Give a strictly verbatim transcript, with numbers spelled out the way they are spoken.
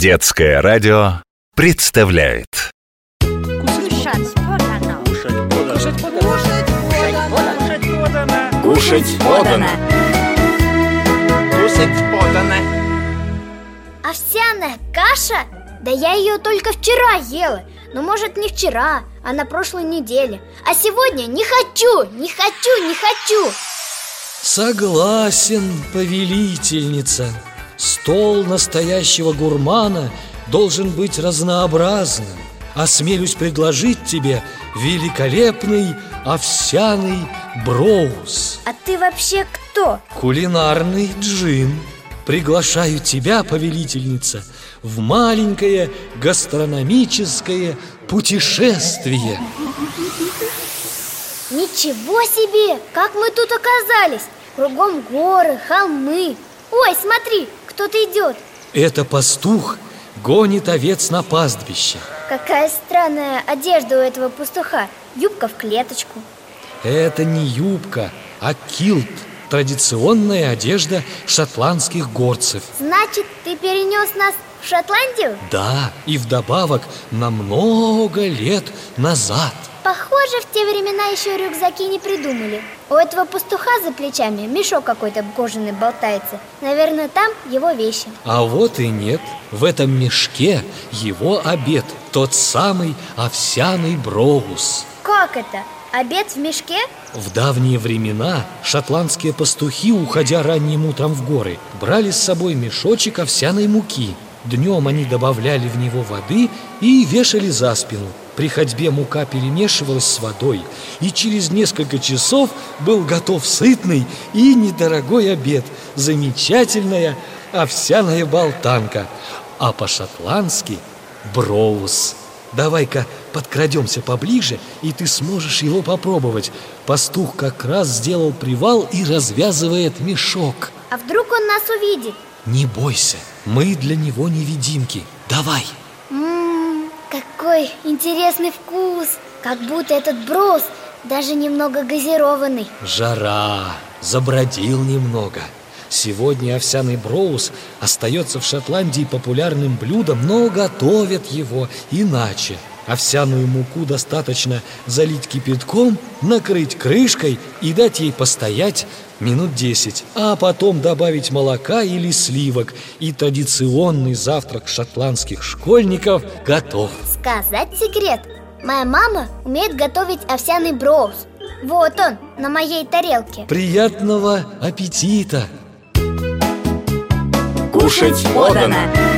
Детское радио представляет. Кушать подано. Кушать подано. Кушать подано. Кушать подано. Овсяная каша? Да я ее только вчера ела. Но может не вчера, а на прошлой неделе. А сегодня не хочу, не хочу, не хочу. Согласен, повелительница. Стол настоящего гурмана должен быть разнообразным. Осмелюсь предложить тебе великолепный овсяный броус. А ты вообще кто? Кулинарный джин. Приглашаю тебя, повелительница, в маленькое гастрономическое путешествие. Ничего себе! Как мы тут оказались? Кругом горы, холмы. Ой, смотри, кто-то идет. Это пастух гонит овец на пастбище. Какая странная одежда у этого пастуха. Юбка в клеточку. Это не юбка, а килт. Традиционная одежда шотландских горцев. Значит, ты перенес нас в Шотландию? Да, и вдобавок на много лет назад. Похоже, в те времена еще рюкзаки не придумали. У этого пастуха за плечами мешок какой-то кожаный болтается. Наверное, там его вещи. А вот и нет. В этом мешке его обед. Тот самый овсяный броус. Как это? Обед в мешке? В давние времена шотландские пастухи, уходя ранним утром в горы, брали с собой мешочек овсяной муки. Днем они добавляли в него воды и вешали за спину. При ходьбе мука перемешивалась с водой, и через несколько часов был готов сытный и недорогой обед. Замечательная овсяная болтанка, а по-шотландски броус. Давай-ка подкрадемся поближе, и ты сможешь его попробовать. Пастух как раз сделал привал и развязывает мешок. А вдруг он нас увидит? Не бойся, мы для него невидимки. Давай. Ммм, какой интересный вкус. Как будто этот броус даже немного газированный. Жара, забродил немного. Сегодня овсяный броус остается в Шотландии популярным блюдом, но готовят его иначе. Овсяную муку достаточно залить кипятком, накрыть крышкой и дать ей постоять минут десять, а потом добавить молока или сливок, и традиционный завтрак шотландских школьников готов. Сказать секрет? Моя мама умеет готовить овсяный броус. Вот он, на моей тарелке. Приятного аппетита! Кушать подано.